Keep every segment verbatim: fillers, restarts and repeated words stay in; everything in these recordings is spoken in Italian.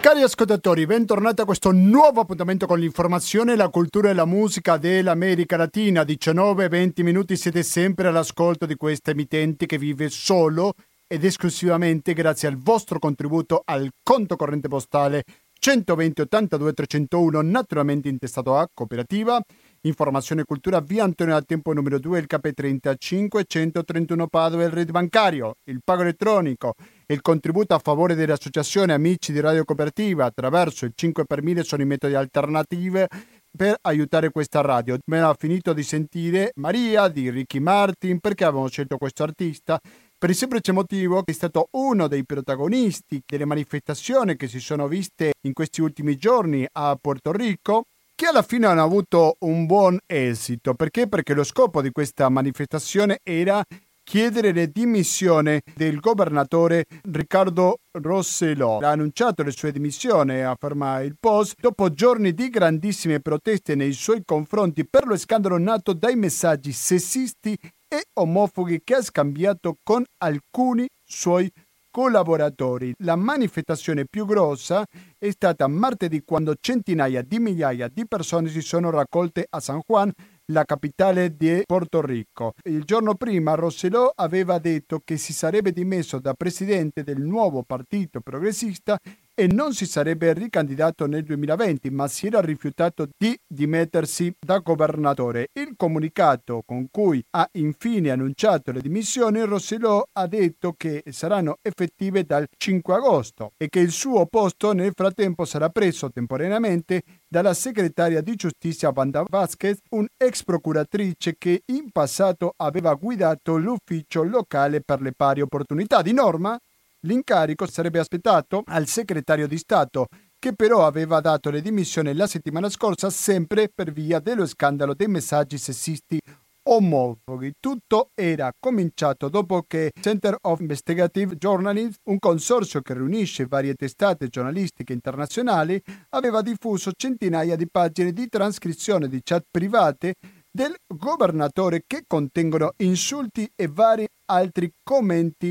Cari ascoltatori, bentornati a questo nuovo appuntamento con l'informazione, la cultura e la musica dell'America Latina. diciannove venti minuti, siete sempre all'ascolto di questa emittente che vive solo ed esclusivamente grazie al vostro contributo al conto corrente postale centoventi ottantadue trecentouno, naturalmente intestato a Cooperativa Informazione e Cultura, via Antonio da Tempo numero due, il K trentacinque centotrentuno Padova, il RID bancario, il pago elettronico, il contributo a favore dell'associazione Amici di Radio Cooperativa attraverso il cinque per mille sono i metodi alternativi per aiutare questa radio. Me l'ha finito di sentire Maria di Ricky Martin. Perché avevamo scelto questo artista? Per il semplice motivo che è stato uno dei protagonisti delle manifestazioni che si sono viste in questi ultimi giorni a Porto Rico, che alla fine hanno avuto un buon esito. Perché? Perché lo scopo di questa manifestazione era chiedere le dimissioni del governatore Ricardo Rosselló. Ha annunciato le sue dimissioni, afferma il Post, dopo giorni di grandissime proteste nei suoi confronti per lo scandalo nato dai messaggi sessisti e omofobi che ha scambiato con alcuni suoi collaboratori. La manifestazione più grossa è stata martedì, quando centinaia di migliaia di persone si sono raccolte a San Juan, la capitale di Porto Rico. Il giorno prima Rosselló aveva detto che si sarebbe dimesso da presidente del nuovo partito progressista e non si sarebbe ricandidato nel duemilaventi, ma si era rifiutato di dimettersi da governatore. Il comunicato con cui ha infine annunciato le dimissioni, Rosselló ha detto che saranno effettive dal cinque agosto e che il suo posto nel frattempo sarà preso temporaneamente dalla segretaria di giustizia Wanda Vázquez, un'ex procuratrice che in passato aveva guidato l'ufficio locale per le pari opportunità. Di norma, l'incarico sarebbe aspettato al segretario di Stato, che però aveva dato le dimissioni la settimana scorsa, sempre per via dello scandalo dei messaggi sessisti omofobi. Tutto era cominciato dopo che Center of Investigative Journalism, un consorzio che riunisce varie testate giornalistiche internazionali, aveva diffuso centinaia di pagine di trascrizione di chat private del governatore che contengono insulti e vari altri commenti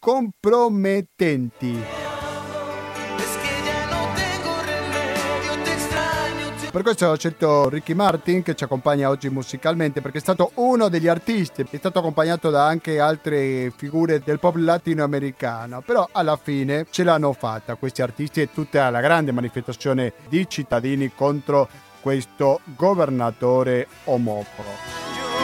compromettenti. Per questo ho scelto Ricky Martin, che ci accompagna oggi musicalmente, perché è stato uno degli artisti, è stato accompagnato da anche altre figure del pop latinoamericano, però alla fine ce l'hanno fatta questi artisti e tutta la grande manifestazione di cittadini contro questo governatore omofobo.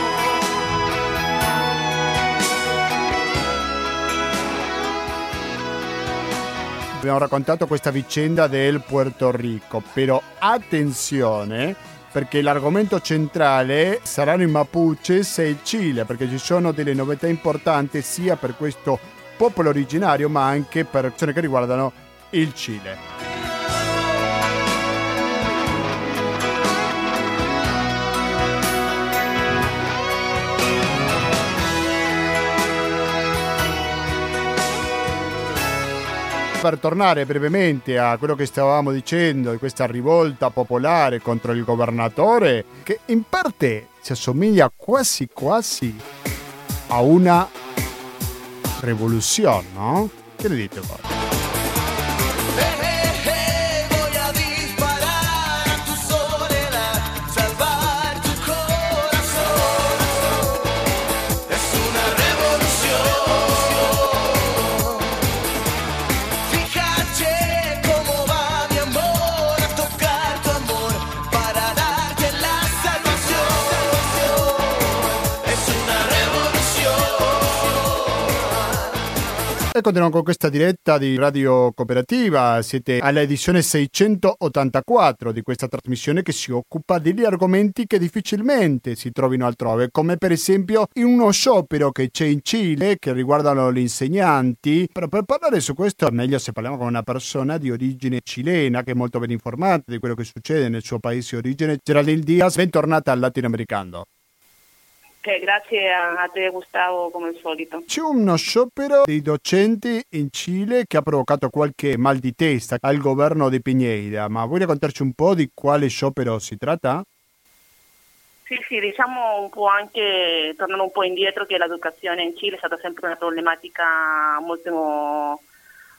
Abbiamo raccontato questa vicenda del Puerto Rico, però attenzione, perché l'argomento centrale saranno i Mapuches e il Cile, perché ci sono delle novità importanti sia per questo popolo originario ma anche per azioni che riguardano il Cile. Per tornare brevemente a quello che stavamo dicendo di questa rivolta popolare contro il governatore, che in parte si assomiglia quasi quasi a una rivoluzione, no? Che ne dite voi? E continuiamo con questa diretta di Radio Cooperativa. Siete alla edizione seicentottantaquattro di questa trasmissione che si occupa degli argomenti che difficilmente si trovino altrove, come per esempio in uno sciopero che c'è in Cile che riguardano gli insegnanti. Però per parlare su questo è meglio se parliamo con una persona di origine cilena che è molto ben informata di quello che succede nel suo paese di origine. Geraldine Diaz, bentornata al Latinoamericano. Okay, grazie a te Gustavo, come al solito. C'è uno sciopero dei docenti in Cile che ha provocato qualche mal di testa al governo di Piñera, ma vuoi raccontarci un po' di quale sciopero si tratta? Sì, sì, diciamo un po' anche, tornando un po' indietro, che l'educazione in Cile è stata sempre una problematica molto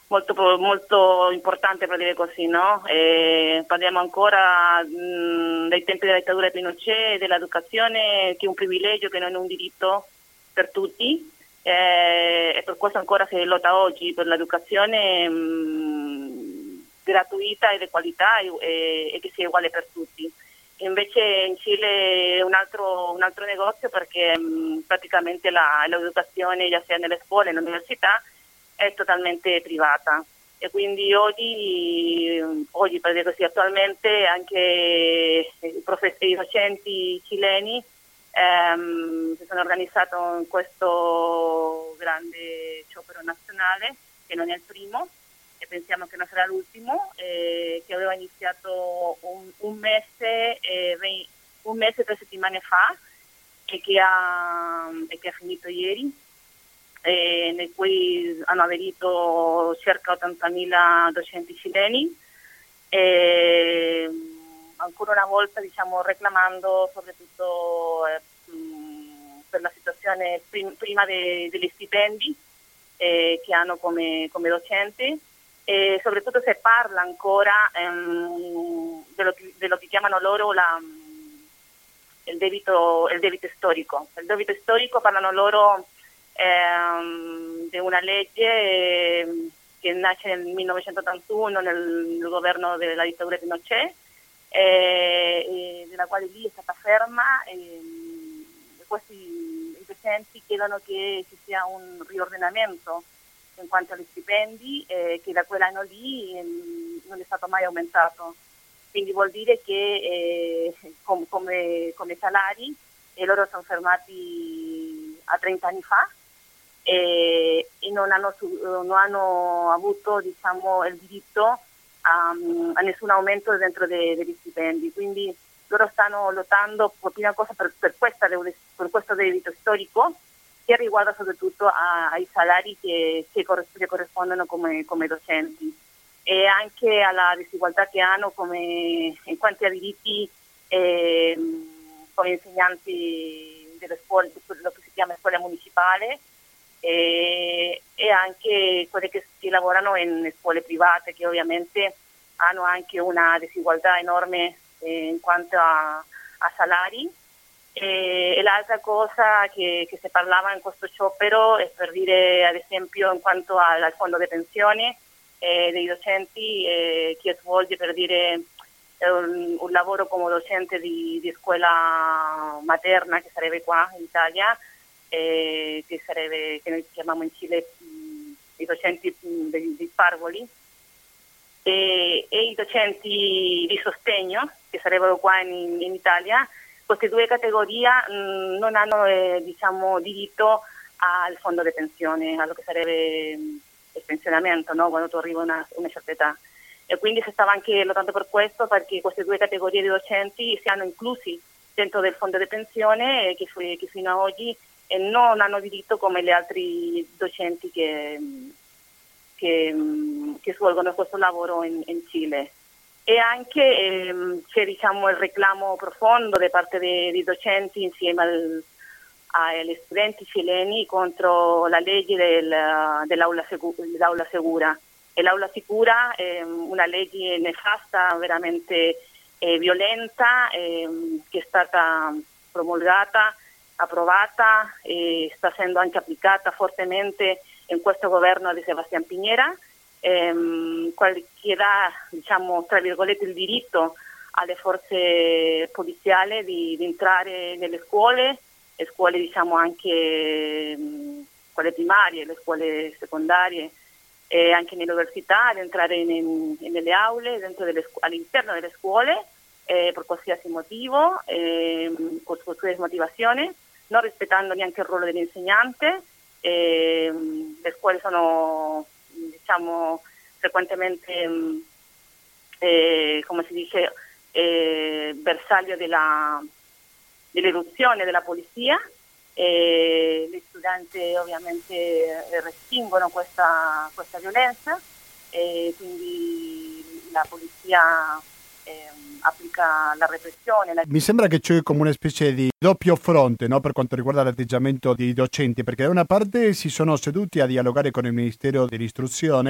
molto, molto importante per dire così, no? E parliamo ancora mh, dei tempi della dittatura di Pinochet, dell'educazione che è un privilegio, che non è un diritto per tutti, eh, e per questo ancora si lotta oggi per l'educazione mh, gratuita e di qualità e, e, e che sia uguale per tutti. Invece in Cile è un altro, un altro negozio, perché mh, praticamente la, l'educazione, già sia nelle scuole, nell'università, è totalmente privata. E quindi oggi, oggi per dire così, attualmente anche i, profess- i docenti cileni ehm, si sono organizzati in questo grande sciopero nazionale, che non è il primo, e pensiamo che non sarà l'ultimo, eh, che aveva iniziato un, un mese, eh, un mese, tre settimane fa, e che ha, e che ha finito ieri, eh, nei cui hanno aderito circa ottantamila docenti cileni, e ancora una volta, diciamo, reclamando soprattutto eh, mh, per la situazione prim- prima de- degli stipendi eh, che hanno come, come docenti. E soprattutto se parla ancora ehm, dello, che, dello che chiamano loro la, il, debito, il debito storico. Il debito storico parlano loro ehm, di una legge eh, che nasce nel millenovecentottantuno nel, nel governo della dittatura di Pinochet, eh, e della quale lì è stata ferma, e, e questi i docenti chiedono che ci sia un riordinamento in quanto agli stipendi, eh, che da quell'anno lì eh, non è stato mai aumentato. Quindi vuol dire che eh, com- come, come salari eh, loro sono fermati a trenta anni fa, e, e non, hanno, non hanno avuto, diciamo, il diritto a, a nessun aumento dentro de- degli stipendi. Quindi loro stanno lottando per prima cosa per, per, questa, per questo debito storico, che riguarda soprattutto a, ai salari che, che, corris- che corrispondono come, come docenti, e anche alla diseguaglianza che hanno come, in quanto a diritti eh, come insegnanti delle scuole, lo che si chiama scuola municipale, e, e anche quelle che, che lavorano in scuole private, che ovviamente hanno anche una diseguaglianza enorme eh, in quanto a, a salari. E, e l'altra cosa che, che si parlava in questo sciopero è per dire, ad esempio, in quanto al, al fondo di pensione eh, dei docenti, eh, che svolge, per dire, eh, un, un lavoro come docente di, di scuola materna, che sarebbe qua in Italia, eh, che sarebbe, che noi chiamiamo in Cile mh, i docenti mh, dei, dei parvoli, e, e i docenti di sostegno, che sarebbero qua in, in Italia. Queste due categorie mh, non hanno eh, diciamo, diritto al fondo di pensione, a quello che sarebbe mh, il pensionamento, no? Quando tu arrivi a una, una certa età. E quindi si stava anche lottando per questo, perché queste due categorie di docenti siano inclusi dentro del fondo di pensione, eh, che, fu- che fino ad oggi eh, non hanno diritto come gli altri docenti che, che, che svolgono questo lavoro in, in Cile. E anche ehm, c'è, diciamo, il reclamo profondo da parte dei, dei docenti insieme al, agli studenti cileni contro la legge del, dell'aula, segu- dell'aula sicura. E l'aula sicura è una legge nefasta, veramente eh, violenta, eh, che è stata promulgata, approvata e sta essendo anche applicata fortemente in questo governo di Sebastián Piñera. Ehm, che dà, diciamo, tra virgolette, il diritto alle forze poliziali di, di entrare nelle scuole, le scuole, diciamo, anche mh, quelle primarie, le scuole secondarie, e anche nelle università, di entrare in, in, nelle aule, dentro delle scu- all'interno delle scuole, eh, per qualsiasi motivo, eh, con, con sue motivazioni, non rispettando neanche il ruolo dell'insegnante. Eh, le scuole sono, diciamo, frequentemente, eh, come si dice, eh, bersaglio della, dell'eruzione della polizia, e gli studenti ovviamente respingono questa, questa violenza, e quindi la polizia eh, applica la repressione. La... Mi sembra che c'è come una specie di doppio fronte, no, per quanto riguarda l'atteggiamento dei docenti, perché da una parte si sono seduti a dialogare con il Ministero dell'Istruzione, Sì.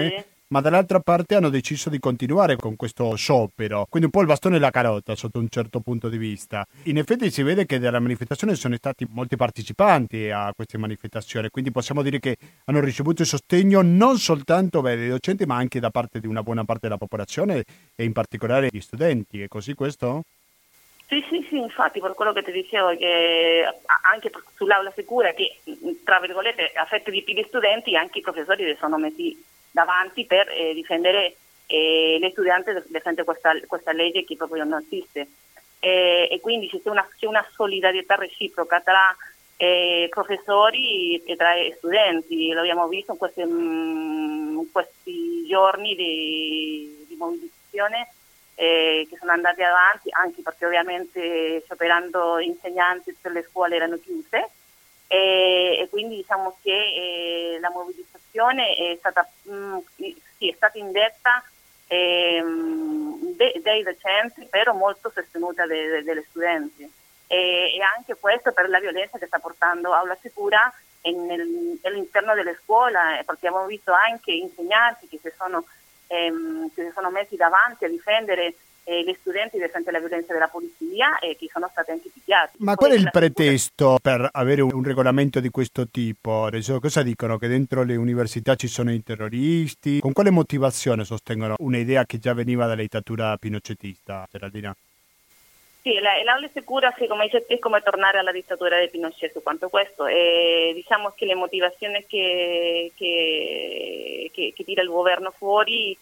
ma dall'altra parte hanno deciso di continuare con questo sciopero, quindi un po' il bastone e la carota sotto un certo punto di vista. In effetti si vede che dalla manifestazione sono stati molti partecipanti a queste manifestazioni, quindi possiamo dire che hanno ricevuto il sostegno non soltanto beh, dei docenti, ma anche da parte di una buona parte della popolazione e in particolare gli studenti. È così questo? Sì, sì, sì, infatti per quello che ti dicevo, che anche sull'aula sicura, che tra virgolette affetta di più gli studenti, anche i professori si sono messi davanti per eh, difendere eh, gli studenti, difendere questa, questa legge che proprio non esiste. E, e quindi c'è una, c'è una solidarietà reciproca tra eh, professori e tra studenti, lo abbiamo visto in, queste, in questi giorni di, di mobilitazione. Eh, che sono andati avanti, anche perché ovviamente operando insegnanti tutte le scuole erano chiuse e, e quindi diciamo che eh, la mobilitazione è stata, mh, sì, è stata indetta eh, de, dai docenti, però molto sostenuta de, de, delle studenti e, e anche questo per la violenza che sta portando Aula Sicura nel, all'interno delle scuole, perché abbiamo visto anche insegnanti che si sono Ehm, che si sono messi davanti a difendere eh, gli studenti di fronte alla violenza della polizia e che sono stati anche picchiati. Ma qual è il pretesto per avere un, un regolamento di questo tipo? Adesso, cosa dicono? Che dentro le università ci sono i terroristi? Con quale motivazione sostengono un'idea che già veniva dalla dittatura pinochetista, Geraldina? Sì, la, l'aula sicura, sì, come dice, è come tornare alla dittatura di Pinochet su quanto questo. E diciamo che le motivazioni che, che, che, che tira il governo fuori,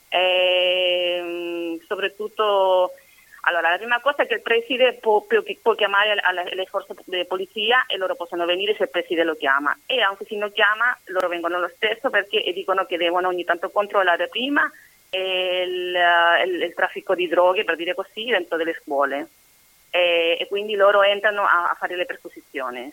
eh, soprattutto, allora la prima cosa è che il preside può, può chiamare alle, alle forze di polizia e loro possono venire se il preside lo chiama. E anche se non chiama, loro vengono lo stesso perché dicono che devono ogni tanto controllare prima Il, il, il traffico di droghe, per dire così, dentro delle scuole e, e quindi loro entrano a, a fare le perquisizioni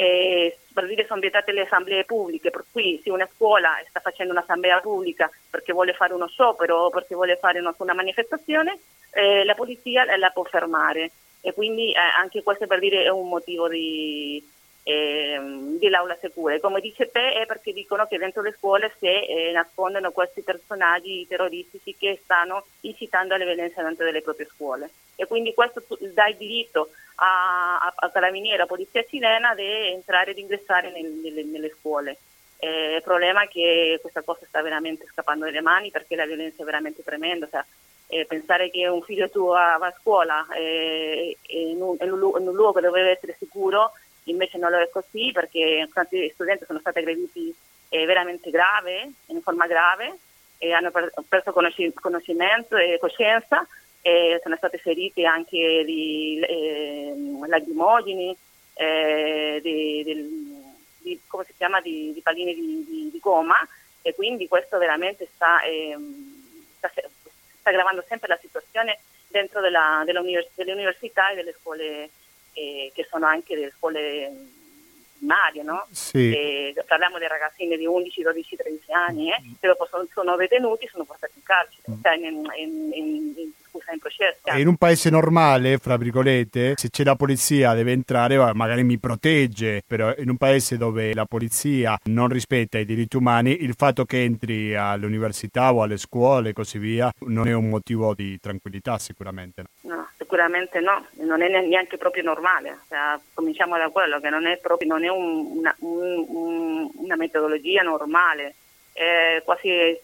e, per dire, sono vietate le assemblee pubbliche, per cui se una scuola sta facendo un'assemblea pubblica perché vuole fare uno sciopero o perché vuole fare una, una manifestazione, eh, la polizia la può fermare e quindi eh, anche questo, per dire, è un motivo di Eh, dell'aula sicura. E come dice te è perché dicono che dentro le scuole si eh, nascondono questi personaggi terroristici che stanno incitando alle violenze dentro delle proprie scuole e quindi questo dà il diritto a, a, a carabinieri, a polizia cilena di entrare ed ingressare nel, nelle, nelle scuole. Eh, il problema è che questa cosa sta veramente scappando dalle mani perché la violenza è veramente tremenda, cioè, eh, pensare che un figlio tuo va a scuola eh, in, un, in, un, in un luogo dove deve essere sicuro, invece non lo è così perché tanti studenti sono stati aggrediti eh, veramente grave, in forma grave, e hanno per, perso conosci- conoscimento e coscienza, e sono state ferite anche di eh, lacrimogeni, eh, di, di, di, come si chiama, di, di palline di, di, di gomma e quindi questo veramente sta, eh, sta, sta aggravando sempre la situazione dentro della, della univers- delle università e delle scuole Eh, che sono anche delle scuole primarie, no? Sì. E parliamo dei ragazzini di undici, dodici, tredici anni, eh, che dopo sono, sono detenuti, sono portati in carcere, mm. cioè in, in, in, in, scusa, in processo. E in un paese normale, fra virgolette, se c'è la polizia deve entrare, magari mi protegge, però in un paese dove la polizia non rispetta i diritti umani, il fatto che entri all'università o alle scuole e così via non è un motivo di tranquillità sicuramente. No, no sicuramente no, non è neanche proprio normale, cioè, cominciamo da quello che non è proprio, non è un, una, un, un, una metodologia normale. Eh, quasi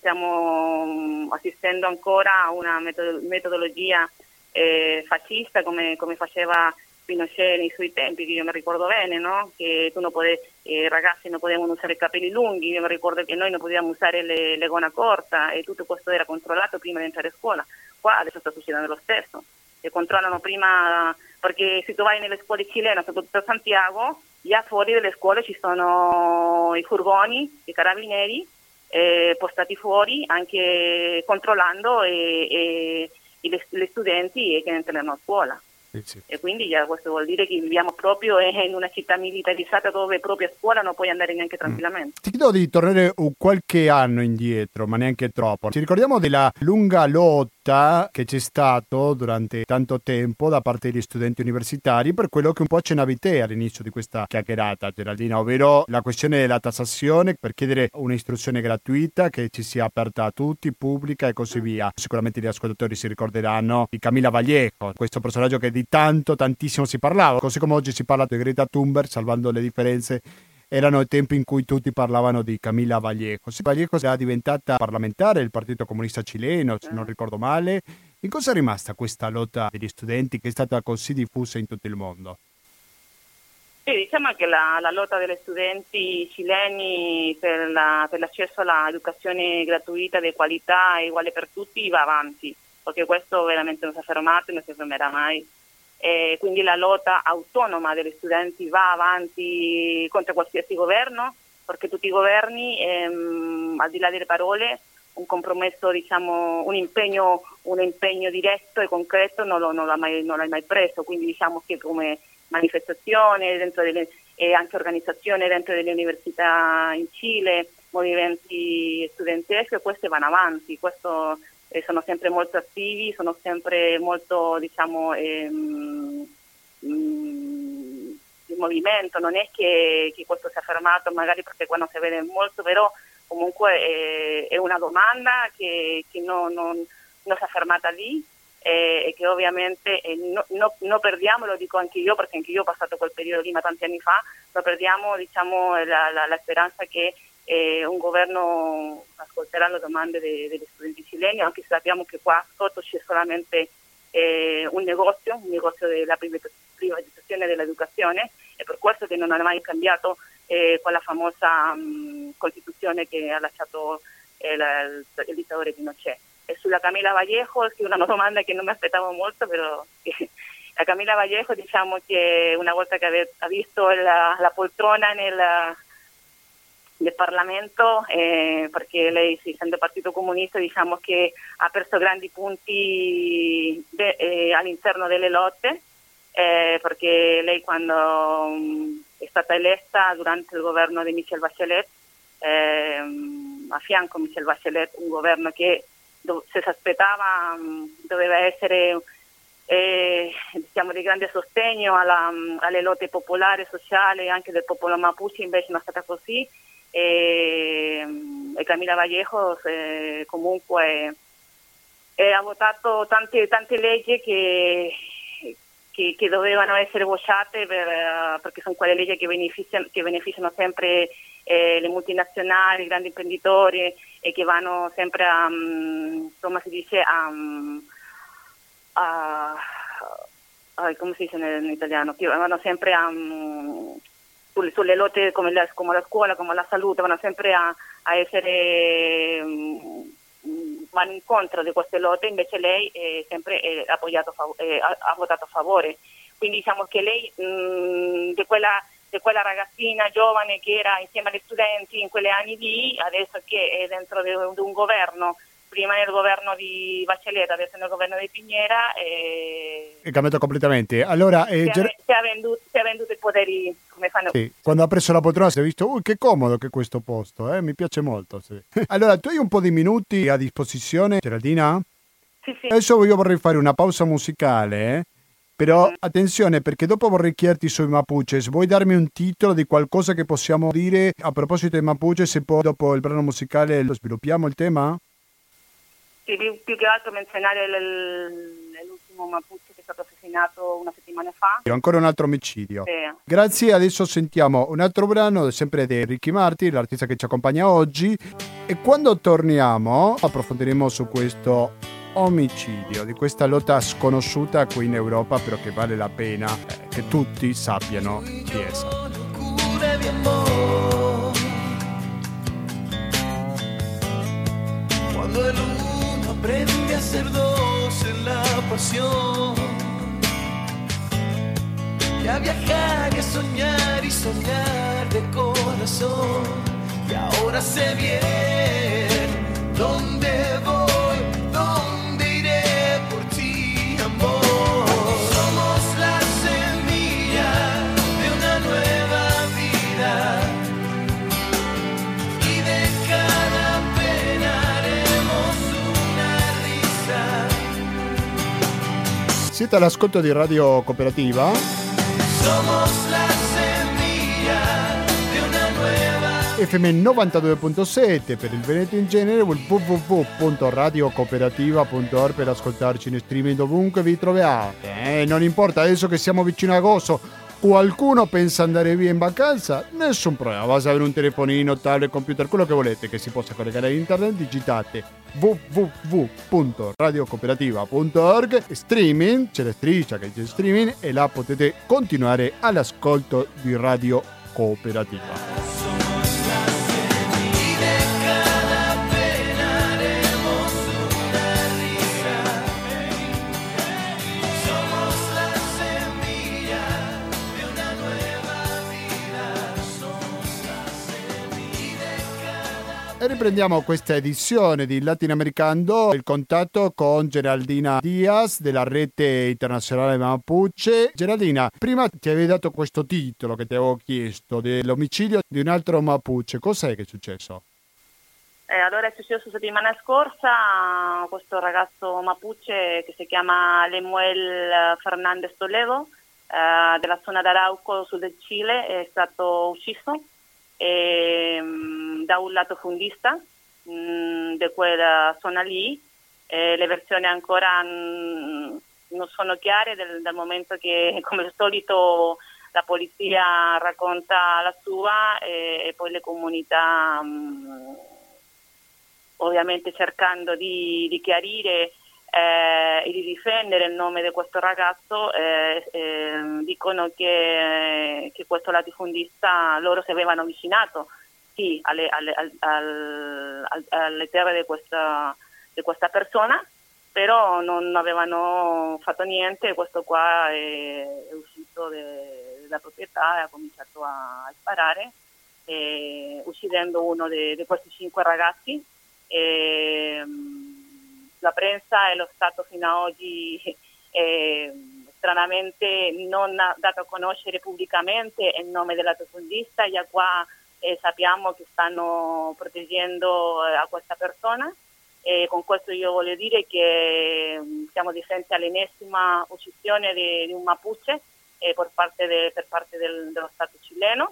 stiamo assistendo ancora a una metodologia eh, fascista come, come faceva Pinochet nei suoi tempi, che io mi ricordo bene, no? Che tu non potevi, i ragazzi non potevano usare i capelli lunghi, io mi ricordo che noi non potevamo usare le, le gonna corta e tutto questo era controllato prima di entrare a scuola. Qua adesso sta succedendo lo stesso, si controllano prima, perché se tu vai nelle scuole cilene, soprattutto a Santiago, là fuori delle scuole ci sono i furgoni, i carabinieri, Eh, postati fuori anche controllando e, e, e le, le studenti che entrano a scuola. Sì, sì. E quindi già questo vuol dire che viviamo proprio in una città militarizzata dove proprio a scuola non puoi andare neanche tranquillamente. Mm. Ti chiedo di tornare qualche anno indietro, ma neanche troppo. Ci ricordiamo della lunga lotta lotta che c'è stato durante tanto tempo da parte degli studenti universitari per quello che un po' accennavi te all'inizio di questa chiacchierata, Geraldina, ovvero la questione della tassazione per chiedere un'istruzione gratuita che ci sia aperta a tutti, pubblica e così via. Sicuramente gli ascoltatori si ricorderanno di Camila Vallejo, questo personaggio che di tanto, tantissimo si parlava, così come oggi si parla di Greta Thunberg, salvando le differenze. Erano i tempi in cui tutti parlavano di Camila Vallejo. Sì, Vallejo era diventata parlamentare del Partito Comunista Cileno, se non ricordo male. In cosa è rimasta questa lotta degli studenti che è stata così diffusa in tutto il mondo? Sì, diciamo che la, la lotta degli studenti cileni per, la, per l'accesso all'educazione gratuita di qualità e uguale per tutti va avanti, perché questo veramente non si è fermato e non si fermerà mai. E quindi la lotta autonoma degli studenti va avanti contro qualsiasi governo, perché tutti i governi, ehm, al di là delle parole, un compromesso, diciamo, un impegno, un impegno diretto e concreto non, lo, non, l'ha mai, non l'ha mai preso, quindi diciamo che come manifestazione dentro delle, e anche organizzazione dentro delle università in Cile, movimenti studenteschi, queste vanno avanti, questo eh, sono sempre molto attivi, sono sempre molto, diciamo, ehm, mh, il movimento, non è che, che questo si è fermato magari perché qua non si vede molto, però comunque è, è una domanda che, che non, non, non si è fermata lì e, e che ovviamente eh, no, no, non perdiamo, lo dico anche io perché anche io ho passato quel periodo lì ma tanti anni fa, non perdiamo, diciamo, la, la, la speranza che eh, un governo ascolterà le domande de, degli studenti cileni, anche se sappiamo che qua sotto c'è solamente eh, un negozio, un negozio della privatizzazione dell'educazione, e per questo che non ha mai cambiato eh, quella famosa mh, Costituzione che ha lasciato eh, la, il, il dittatore Pinochet. E sulla Camila Vallejo, che è una domanda che non mi aspettavo molto, però eh, la Camila Vallejo, diciamo che una volta che ave, ha visto la, la poltrona nel, nel Parlamento, eh, perché lei, sì, essendo partito comunista, diciamo che ha perso grandi punti de, eh, all'interno delle lotte, eh, perché lei quando um, è stata eletta durante il governo di Michelle Bachelet, eh, a fianco a Michelle Bachelet, un governo che do, se si aspettava um, doveva essere eh, diciamo di grande sostegno alla, um, alle lotte popolari, sociali e anche del popolo Mapuche, invece non è stata così, e, e Camila Vallejo eh, comunque eh, ha votato tante, tante leggi che Che, che dovevano essere bocciate per, uh, perché sono quelle leggi che beneficiano, che beneficiano sempre eh, le multinazionali, i grandi imprenditori e che vanno sempre a, um, come si dice, a, um, a, a come si dice in, in italiano, che vanno sempre a, um, sulle, sulle lotte come la, come la scuola, come la salute, vanno sempre a, a essere... Um, vanno incontro di queste lotte, invece lei è sempre è appoggiato, è, ha, ha votato a favore, quindi diciamo che lei mh, di, quella, di quella ragazzina giovane che era insieme agli studenti in quegli anni lì, adesso che è dentro di, di un governo, prima nel governo di Bachelet, adesso nel governo di Piñera, e... è cambiato completamente. Allora, eh, si, Ger- ha, si, ha venduto, si ha venduto i poteri come fanno. Sì, quando ha preso la poltrona si è visto, uh, che comodo che è questo posto, eh? Mi piace molto. Sì. Allora, tu hai un po' di minuti a disposizione, Geraldina? Sì, sì. Adesso io vorrei fare una pausa musicale, eh? Però mm. attenzione, perché dopo vorrei chiederti sui Mapuches. Vuoi darmi un titolo di qualcosa che possiamo dire a proposito dei Mapuches e poi dopo il brano musicale lo sviluppiamo il tema? Sì, più che altro menzionare l'ultimo Mapuche che è stato assassinato una settimana fa. Ancora un altro omicidio. Sì. Grazie, adesso sentiamo un altro brano, sempre di Ricky Martin, l'artista che ci accompagna oggi. E quando torniamo approfondiremo su questo omicidio, di questa lotta sconosciuta qui in Europa, però che vale la pena eh, che tutti sappiano chi è. Cuando el uno aprende a ser dos en la pasión, y a viajar y a soñar y soñar de corazón, y ahora sé bien dónde voy, dónde iré por ti, amor. Somos la semilla de una nueva vida, y de cada pena haremos una risa. Siete all'ascolto di Radio Cooperativa. Somos la semilla de una nueva F M novantadue virgola sette per il Veneto in genere, o il w w w punto radio cooperativa punto org per ascoltarci in streaming dovunque vi troviate. Eh, non importa, adesso che siamo vicino a agosto, qualcuno pensa andare via in vacanza? Nessun problema, basta avere un telefonino, tablet, computer, quello che volete che si possa collegare a internet, digitate w w w punto radio cooperativa punto org, streaming, c'è la striscia che dice streaming e là potete continuare all'ascolto di Radio Cooperativa. E riprendiamo questa edizione di Latinoamericano, il contatto con Geraldina Diaz della rete internazionale Mapuche. Geraldina, prima ti avevi dato questo titolo che ti avevo chiesto dell'omicidio di un altro Mapuche. Cos'è che è successo? Eh, allora è successo settimana scorsa, questo ragazzo Mapuche che si chiama Lemuel Fernandez Toledo, eh, della zona d'Arauco, sud del Cile, è stato ucciso E, da un latifundista mh, di quella zona lì. Eh, le versioni ancora mh, non sono chiare del, dal momento che, come al solito, la polizia racconta la sua e, e poi le comunità mh, ovviamente cercando di, di chiarire eh, e di difendere il nome di questo ragazzo, eh, eh, dicono che, che questo latifundista loro si avevano avvicinato sì, alle, alle, al, al, alle terre di questa, di questa persona, però non avevano fatto niente. Questo qua è, è uscito de, dalla proprietà e ha cominciato a, a sparare, eh, uccidendo uno di questi cinque ragazzi. E, la prensa e lo Stato fino ad oggi eh, stranamente non ha dato a conoscere pubblicamente il nome del latifundista. Già qua eh, sappiamo che stanno proteggendo eh, a questa persona, e con questo io voglio dire che mh, siamo di fronte all'ennesima uccisione di, di un Mapuche eh, per parte, de, per parte del, dello Stato cileno.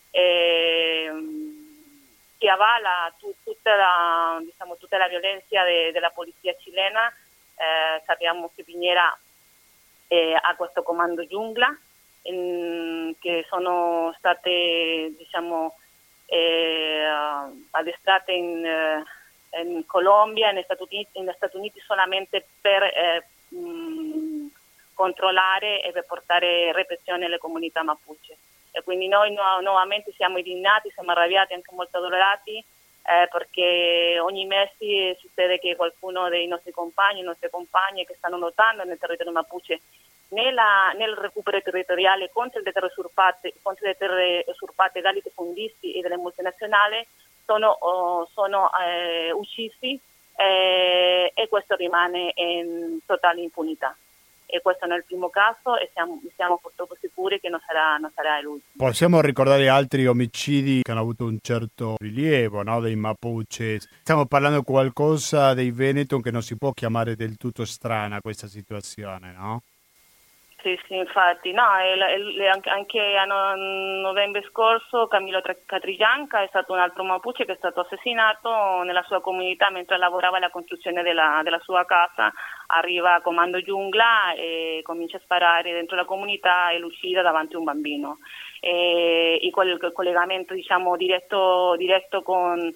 E, mh, che avala tu, tutta, la, diciamo, tutta la violenza de, della polizia cilena. Eh, sappiamo che Piñera eh, ha questo comando giungla in, che sono state diciamo, eh, addestrate in, eh, in Colombia e negli Stati Uniti, negli Stati Uniti solamente per eh, mh, controllare e per portare repressione alle comunità Mapuche. E quindi noi no, nuovamente siamo indignati, siamo arrabbiati, anche molto addolorati, eh, perché ogni mese succede che qualcuno dei nostri compagni, le nostre compagne che stanno lottando nel territorio Mapuche nella, nel recupero territoriale contro le terre usurpate, contro le terre usurpate dai latifondisti e dalle multinazionali sono, oh, sono eh, uccisi eh, e questo rimane in totale impunità. E questo non è il primo caso e siamo, siamo purtroppo sicuri che non sarà, non sarà l'ultimo. Possiamo ricordare altri omicidi che hanno avuto un certo rilievo, no? Dei Mapuche. Stiamo parlando di qualcosa dei Veneto che non si può chiamare del tutto strana questa situazione, no? Sì, sì, infatti. No, il, il, anche a novembre scorso Camilo Catrillanca è stato un altro Mapuche che è stato assassinato nella sua comunità mentre lavorava alla costruzione della, della sua casa. Arriva a comando giungla e comincia a sparare dentro la comunità e lo uccide davanti a un bambino. E, e col, col collegamento diciamo diretto, diretto con,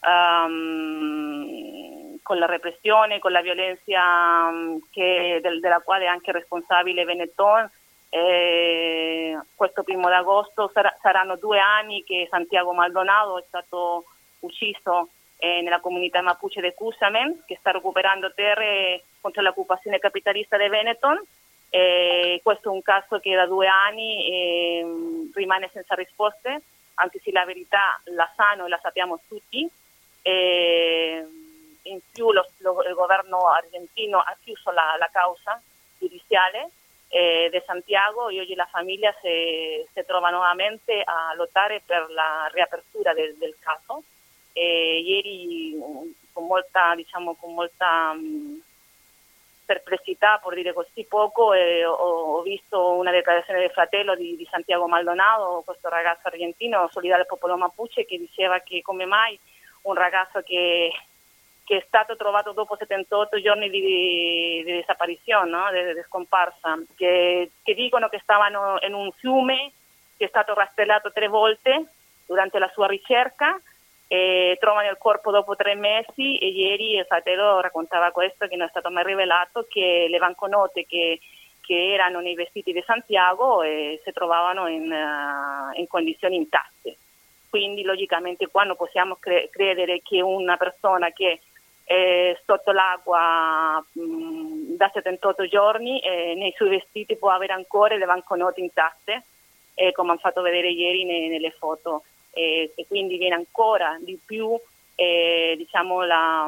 um, con la repressione, con la violenza um, che, del, della quale è anche responsabile Benetton. E questo primo d'agosto sar- saranno due anni che Santiago Maldonado è stato ucciso eh, nella comunità Mapuche di Cusamen, che sta recuperando terre contro l'occupazione capitalista di Benetton. Eh, questo è un caso che da due anni eh, rimane senza risposte, anche se la verità la sanno e la sappiamo tutti. Eh, in più lo, lo, il governo argentino ha chiuso la, la causa giudiziale eh, di Santiago e oggi la famiglia si, si trova nuovamente a lottare per la riapertura del, del caso. Eh, ieri con molta, diciamo, con molta mh, perplessità, per dire così poco, e ho, ho visto una dichiarazione del fratello di, di Santiago Maldonado, questo ragazzo argentino solidale al popolo Mapuche, che diceva che come mai un ragazzo che, che è stato trovato dopo settantotto giorni di, di, di disapparizione, no? di, di scomparsa, che, che dicono che stavano in un fiume che è stato rastrellato tre volte durante la sua ricerca, e trovano il corpo dopo tre mesi, e ieri il fratello raccontava questo, che non è stato mai rivelato, che le banconote che, che erano nei vestiti di Santiago eh, si trovavano in, uh, in condizioni intatte. Quindi logicamente qua non possiamo cre- credere che una persona che è sotto l'acqua mh, da settantotto giorni eh, nei suoi vestiti può avere ancora le banconote intatte, eh, come hanno fatto vedere ieri ne- nelle foto. E, e quindi viene ancora di più eh, diciamo la,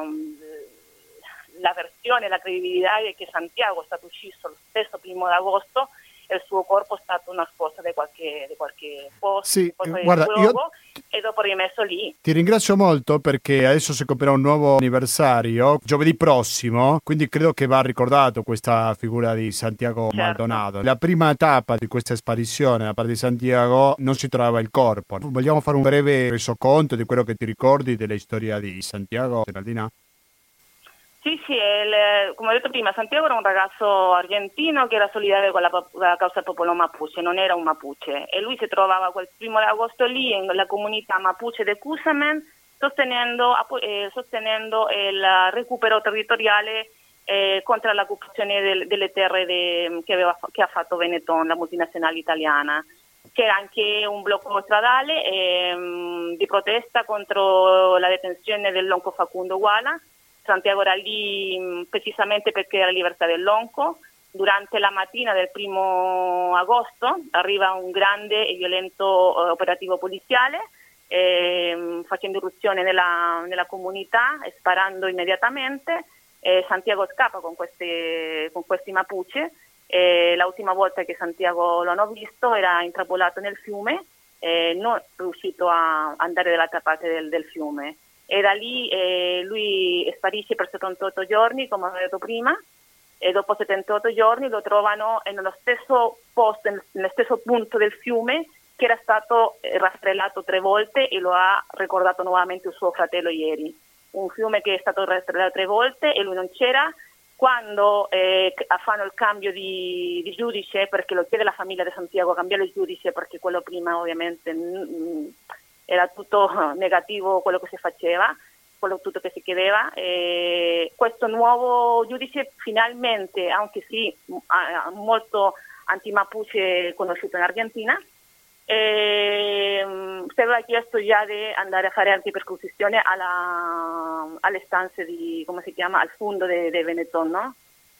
la versione, la credibilità è che Santiago è stato ucciso lo stesso primo d'agosto e il suo corpo è stato nascosto da qualche, di qualche posto, sì, posto guarda, luogo, io e dopo rimesso lì. Ti ringrazio molto perché adesso si compierà un nuovo anniversario giovedì prossimo, quindi credo che va ricordato questa figura di Santiago Certo. Maldonado. La prima tappa di questa sparizione da parte di Santiago non si trovava il corpo. Vogliamo fare un breve resoconto di quello che ti ricordi della storia di Santiago, Geraldina? Sì, sì, il, come ho detto prima, Santiago era un ragazzo argentino che era solidario con la, con la causa del popolo Mapuche, non era un Mapuche, e lui si trovava quel primo di agosto lì nella comunità Mapuche de Cusamen, sostenendo, eh, sostenendo il recupero territoriale eh, contro l'occupazione del, delle terre de, che, aveva, che ha fatto Benetton, la multinazionale italiana. C'era anche un blocco stradale ehm, di protesta contro la detenzione dell'onco Facundo Guala. Santiago era lì mh, precisamente perché era la libertà dell'onco. Durante la mattina del primo agosto arriva un grande e violento eh, operativo poliziale eh, facendo irruzione nella, nella comunità e sparando immediatamente. Eh, Santiago scappa con, queste, con questi Mapuche. Eh, l'ultima volta che Santiago lo hanno visto era intrappolato nel fiume, eh, non riuscito a andare dall'altra parte del, del fiume. E da lì eh, lui sparisce per settantotto giorni, come ho detto prima, e dopo settantotto giorni lo trovano nello stesso posto, nello stesso punto del fiume che era stato rastrellato tre volte, e lo ha ricordato nuovamente il suo fratello ieri. Un fiume che è stato rastrellato tre volte e lui non c'era. Quando eh, fanno il cambio di, di giudice, perché lo chiede la famiglia di Santiago a cambiare il giudice, perché quello prima ovviamente mh, era tutto negativo quello che si faceva, quello tutto che si chiedeva, e questo nuovo giudice finalmente, anche sì molto anti-Mapuche conosciuto in Argentina, e, mh, si aveva chiesto già di andare a fare anche perquisizione alla, alle stanze di, come si chiama, al fondo di Benetton, no?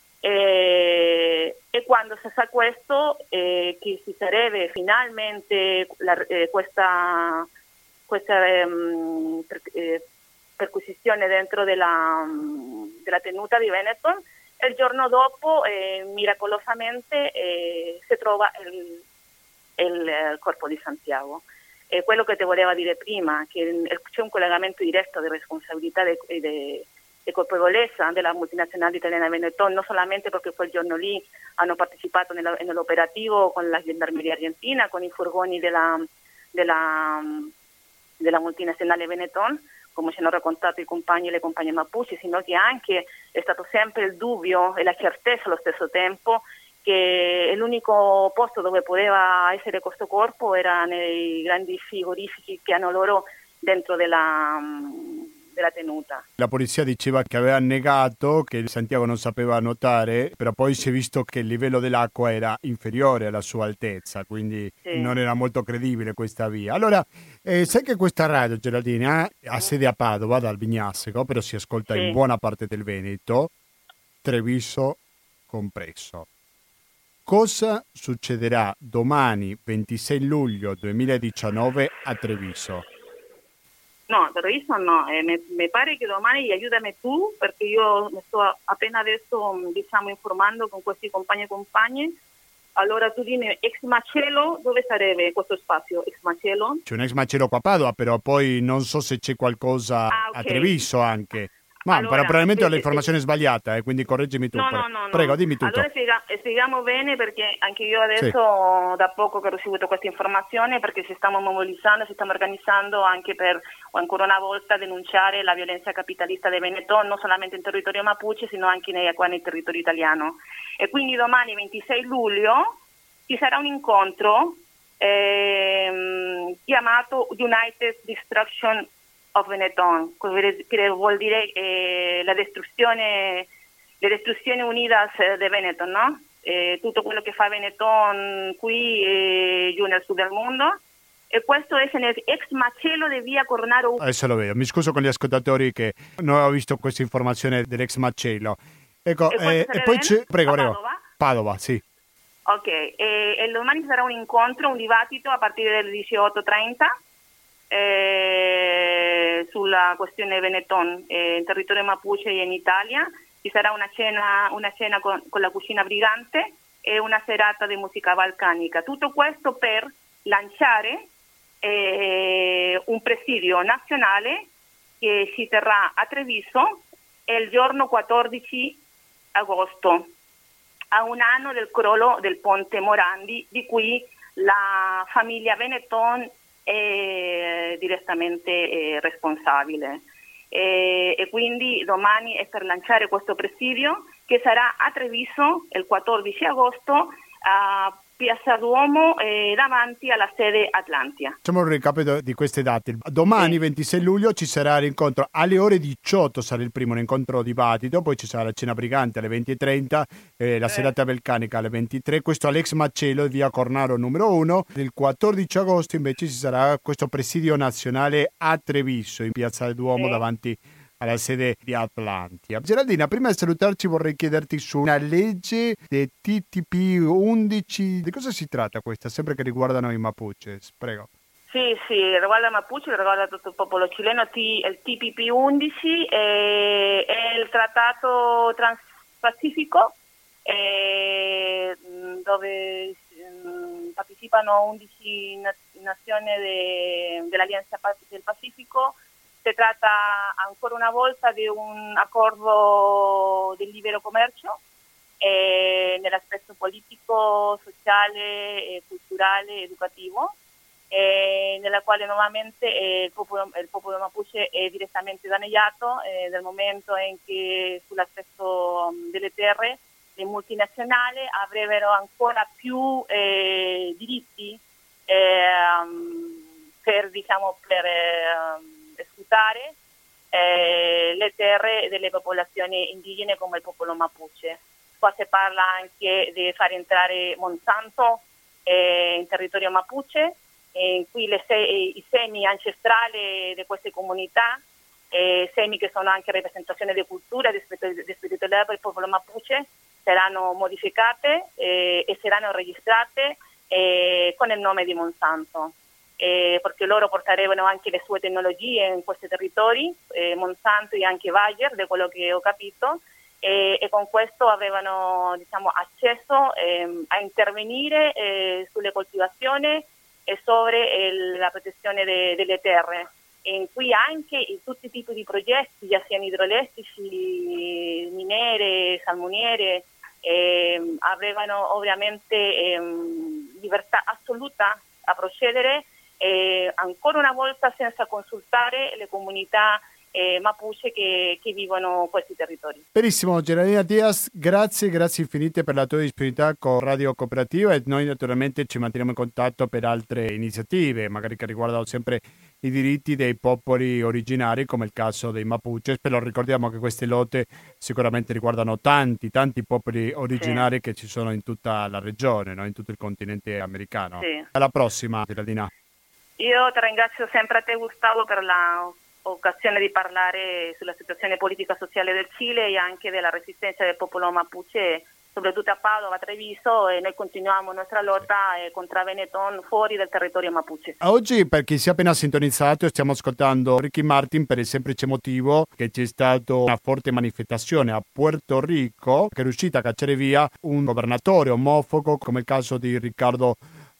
E, e quando si sa questo, eh, che si sarebbe finalmente la, eh, questa, questa ehm, per, eh, perquisizione dentro della, della tenuta di Benetton, il giorno dopo eh, miracolosamente eh, si trova il, il, il corpo di Santiago. E quello che ti volevo dire prima, che c'è un collegamento diretto di responsabilità e di colpevolezza della multinazionale italiana Benetton, non solamente perché quel giorno lì hanno partecipato nella, nell'operativo con la gendarmeria argentina, con i furgoni della, della, della multinazionale Benetton, come ci hanno raccontato i compagni e le compagne Mapuche, sino che anche è stato sempre il dubbio e la certezza allo stesso tempo che l'unico posto dove poteva essere questo corpo era nei grandi frigoriferi che hanno loro dentro della, della tenuta. La polizia diceva che aveva negato, che Santiago non sapeva nuotare, però poi si è visto che il livello dell'acqua era inferiore alla sua altezza, quindi sì, non era molto credibile questa via. Allora, eh, sai che questa radio, Geraldina, ha sede a Padova, dal Vignasseco, però si ascolta sì in buona parte del Veneto, Treviso compreso. Cosa succederà domani ventisei luglio duemiladiciannove a Treviso? No, Treviso no, eh, mi, mi pare che domani aiutami tu, perché io mi sto appena adesso diciamo informando con questi compagni e compagne. Allora tu dimmi, ex macello, dove sarebbe questo spazio, ex macello? C'è un ex macello qua a Padova, però poi non so se c'è qualcosa ah, okay. a Treviso anche. Ma Allora, probabilmente ho eh, l'informazione sbagliata, eh, quindi correggimi tu. No, pre- no, no, Prego, no. dimmi tutto. Allora spiega- spieghiamo bene perché anche io Sì. adesso da poco che ho ricevuto questa informazione perché ci stiamo mobilizzando, ci stiamo organizzando anche per ancora una volta denunciare la violenza capitalista dei Benetton non solamente in territorio Mapuche sino anche nei, qua nel territorio italiano. E quindi domani ventisei luglio ci sarà un incontro ehm, chiamato United Destruction of Benetton, che vuol dire eh, la distruzione le Destruzioni Unidas de Benetton, no? Eh, tutto quello che fa Benetton qui e giù nel sud del mondo. E questo è nell'ex macello di via Cornaro. Adesso lo vedo. Mi scuso con gli ascoltatori che non ho visto questa informazione dell'ex macello. Ecco, E, eh, e poi c'è... Prego, a prego. Padova? Padova, sì. Ok, e, e domani ci sarà un incontro, un dibattito a partire dalle diciotto e trenta eh, sulla questione Benetton eh, in territorio Mapuche e in Italia. Ci sarà una cena, una cena con, con la cucina brigante e una serata di musica balcanica. Tutto questo per lanciare eh, un presidio nazionale che si terrà a Treviso il giorno quattordici agosto, a un anno del crollo del ponte Morandi, di cui la famiglia Benetton è direttamente eh, responsabile. E, e quindi domani è per lanciare questo presidio che sarà a Treviso il quattordici agosto a Piazza Duomo eh, davanti alla sede Atlantia. Facciamo un recapito di queste date. Domani, sì. ventisei luglio, ci sarà l'incontro alle ore diciotto, sarà il primo incontro dibattito, poi ci sarà la cena brigante alle venti e trenta, eh, la eh. serata vulcanica alle ventitré, questo all'ex Macello, via Cornaro numero uno. Il quattordici agosto invece ci sarà questo presidio nazionale a Treviso, in Piazza Duomo, eh. davanti alla sede di Atlantia. Geraldina, prima di salutarci vorrei chiederti su una legge del T T P undici. Di cosa si tratta questa? Sempre che riguardano i Mapuche. Prego. Sì, sì, riguarda Mapuche, riguarda tutto il popolo cileno. T, il T P P undici è, è il trattato transpacifico eh, dove mh, partecipano undici nazioni de, dell'Alleanza del Pacifico. Si tratta ancora una volta di un accordo di libero commercio eh, nell'aspetto politico, sociale, eh, culturale, educativo, eh, nella quale nuovamente eh, il, popolo, il popolo Mapuche è direttamente danneggiato eh, nel momento in che sull'aspetto um, delle terre le multinazionali avrebbero ancora più eh, diritti eh, um, per, diciamo, per eh, sfruttare eh, le terre delle popolazioni indigene come il popolo Mapuche. Qua si parla anche di far entrare Monsanto eh, in territorio Mapuche, eh, in cui le se- i semi ancestrali di queste comunità, eh, semi che sono anche rappresentazione di cultura e di spiritualità del popolo Mapuche, saranno modificate eh, e saranno registrate eh, con il nome di Monsanto. Eh, perché loro porteranno anche le sue tecnologie in questi territori, eh, Monsanto e anche Bayer, da quello che ho capito, eh, e con questo avevano diciamo, accesso eh, a intervenire eh, sulle coltivazioni e sobre il, la protezione de, delle terre, e in cui anche in tutti i tipi di progetti, già siano idroelettrici, miniere, salmoniere, eh, avevano ovviamente eh, libertà assoluta a procedere, Eh, ancora una volta senza consultare le comunità eh, Mapuche che, che vivono questi territori. Benissimo, Geraldina Diaz, grazie, grazie infinite per la tua disponibilità con Radio Cooperativa, e noi naturalmente ci manteniamo in contatto per altre iniziative, magari che riguardano sempre i diritti dei popoli originari, come il caso dei Mapuche. Però ricordiamo che queste lotte sicuramente riguardano tanti, tanti popoli originari, sì, che ci sono in tutta la regione, no? In tutto il continente americano. Sì. Alla prossima, Geraldina. Io ti ringrazio sempre a te, Gustavo, per l'occasione di parlare sulla situazione politica sociale del Cile e anche della resistenza del popolo Mapuche, soprattutto a Padova, a Treviso, e noi continuiamo la nostra lotta eh, contro Benetton fuori dal territorio Mapuche. Oggi, per chi si è appena sintonizzato, stiamo ascoltando Ricky Martin per il semplice motivo che c'è stata una forte manifestazione a Puerto Rico che è riuscita a cacciare via un governatore omofobo, come il caso di Riccardo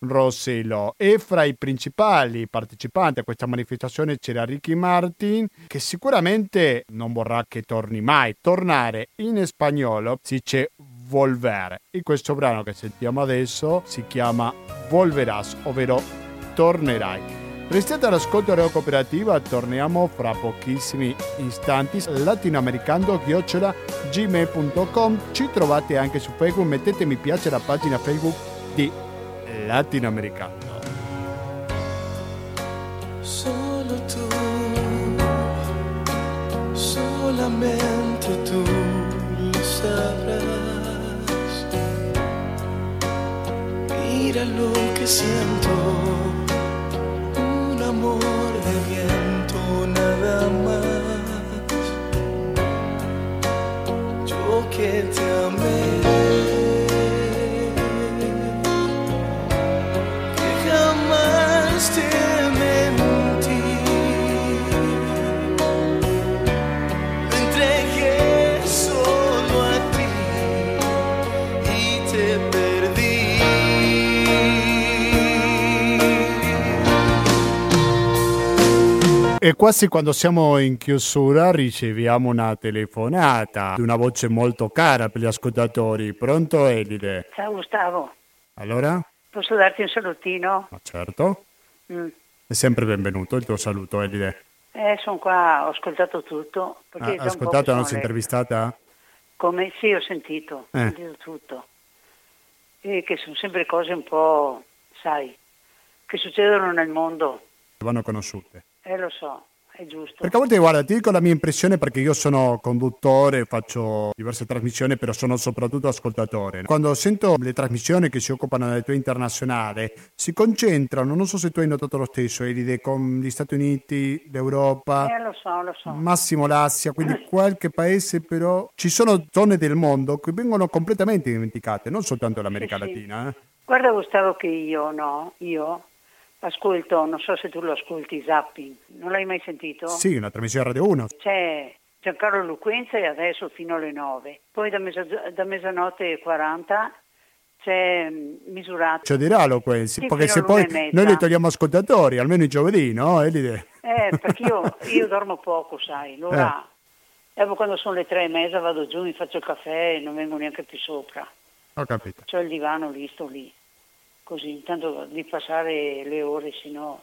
Rosello. E fra i principali partecipanti a questa manifestazione c'era Ricky Martin, che sicuramente non vorrà che torni mai. Tornare in spagnolo si dice volver, e questo brano che sentiamo adesso si chiama Volverás, ovvero tornerai. Restate all'ascolto Radio Cooperativa, torniamo fra pochissimi istanti. Latinoamericano chiocciola gmail punto com. Ci trovate anche su Facebook, mettete mi piace alla pagina Facebook di Latinoamericano. Solo tu, solamente tú lo sabrás. Mira lo que siento, un amor de viento nada más. Yo que te amé, que jamás te mentí, me entregué solo a ti y te perdí. E quasi quando siamo in chiusura riceviamo una telefonata di una voce molto cara per gli ascoltatori. Pronto, Elide? Ciao Gustavo. Allora? Posso darti un salutino? Ma certo. Mm. È sempre benvenuto il tuo saluto, Elide. Eh, sono qua, ho ascoltato tutto. Ha ascoltato la nostra intervistata? Come? Sì, ho sentito, Eh. ho sentito tutto. E che sono sempre cose un po', sai, che succedono nel mondo. Vanno conosciute. Eh, lo so, è giusto. Perché a volte, guarda, ti dico la mia impressione, perché io sono conduttore, faccio diverse trasmissioni, però sono soprattutto ascoltatore. Quando sento le trasmissioni che si occupano del tuo internazionale, si concentrano, non so se tu hai notato lo stesso, Elide, con gli Stati Uniti, l'Europa, Eh, lo so, lo so. massimo l'Asia, quindi qualche paese, però ci sono zone del mondo che vengono completamente dimenticate, non soltanto l'America Sì, sì. Latina. Eh. Guarda Gustavo che io, no, io ascolto, non so se tu lo ascolti, Zapping. Non l'hai mai sentito? Sì, una trasmissione Radio uno. C'è Giancarlo Luquenza e adesso fino alle nove. Poi da, mezza- da mezzanotte e quaranta c'è mm, Misurato. Cioè dirà lo questi, Sì, perché fino se all'una poi e mezza. noi li togliamo ascoltatori, almeno i giovedì, no, Elide? Eh, perché io, io dormo poco, sai. Allora, Eh. dopo quando sono le tre e mezza vado giù, mi faccio il caffè e non vengo neanche più sopra. Ho capito. C'ho il divano lì, sto lì. Così, intanto di passare le ore, se no...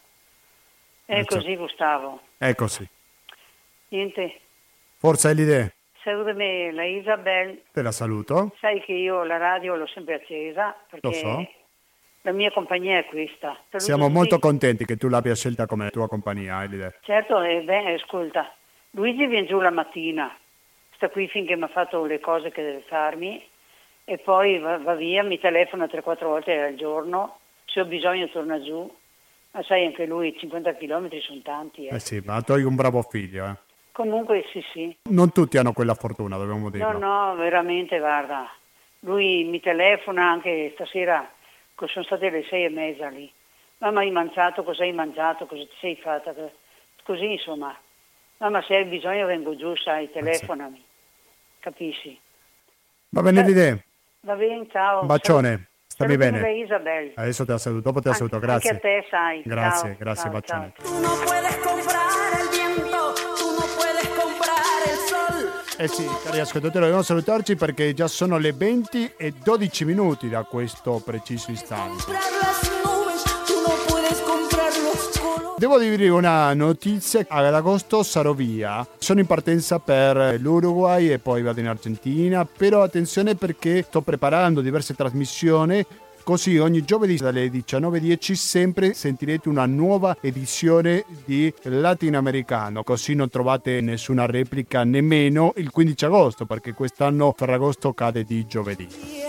È Eh, così, Gustavo. È così. Niente, Forza Elide, salutami la Isabel. te la saluto. Sai che io la radio l'ho sempre accesa perché Lo so. la mia compagnia è questa. Saluto Siamo tutti. molto contenti che tu l'abbia scelta come tua compagnia, Elide. Certo, e beh, ascolta, Luigi viene giù la mattina, sta qui finché mi ha fatto le cose che deve farmi e poi va, va via, mi telefona tre quattro volte al giorno, se ho bisogno torna giù, ma sai anche lui cinquanta chilometri sono tanti. Eh. Eh sì, ma tu hai un bravo figlio, eh. Comunque sì sì, Non tutti hanno quella fortuna, dobbiamo dirlo. no no, veramente guarda, lui mi telefona anche stasera, che sono state le sei e mezza lì, mamma hai mangiato, cosa hai mangiato, cosa ti sei fatta, così insomma, mamma se hai bisogno vengo giù, sai, telefonami, capisci? Va bene, Elide, Va bene, ciao. un bacione, stammi Salutami bene. da Isabel. Adesso te la saluto, dopo te la saluto, Anche grazie. a te, sai. Grazie, Ciao, grazie, ciao, bacione. ciao. Tú no puedes comprar el viento, tú no puedes comprar el sol. Eh sì, cari ascoltatori, dobbiamo salutarci perché già sono le venti e dodici minuti da questo preciso istante. Comprar las nubes, tú no puedes comprar los colores. Devo dire una notizia, ad agosto sarò via, sono in partenza per l'Uruguay e poi vado in Argentina, però attenzione perché sto preparando diverse trasmissioni, così ogni giovedì dalle diciannove e dieci sempre sentirete una nuova edizione di Latinoamericano, così non trovate nessuna replica nemmeno il quindici agosto, perché quest'anno Ferragosto cade di giovedì.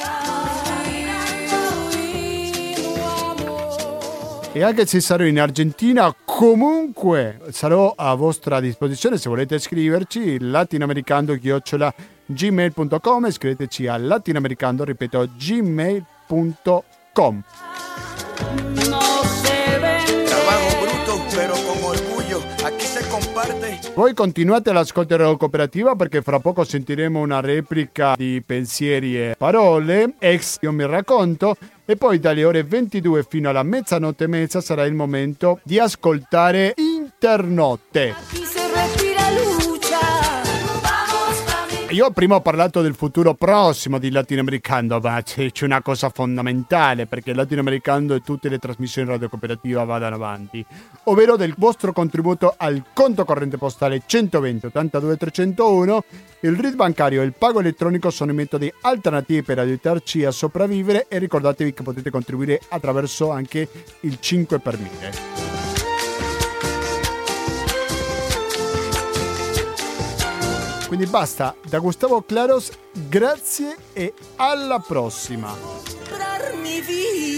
E anche se sarò in Argentina, comunque sarò a vostra disposizione se volete scriverci latinoamericando chiocciola gmail punto com, scriveteci a latinoamericando, ripeto, gmail punto com. No se ven. Trabajo bruto, pero con orgullo. Aquí se comparte. Voi continuate all'ascolto della cooperativa perché fra poco sentiremo una replica di pensieri e parole, ex Io mi racconto, e poi dalle ore ventidue fino alla mezzanotte e mezza sarà il momento di ascoltare Internotte. Aquí se respira lucha. Vamos, familia. Io prima ho parlato del futuro prossimo di latinoamericano, ma c'è, c'è una cosa fondamentale perché il latinoamericano e tutte le trasmissioni radio cooperativa vadano avanti, ovvero del vostro contributo al conto corrente postale centoventi ottantadue trecentouno. Il R I D bancario e il pago elettronico sono i metodi alternativi per aiutarci a sopravvivere e ricordatevi che potete contribuire attraverso anche il cinque per mille. Quindi basta, da Gustavo Claros, grazie e alla prossima. Comprar mi vida.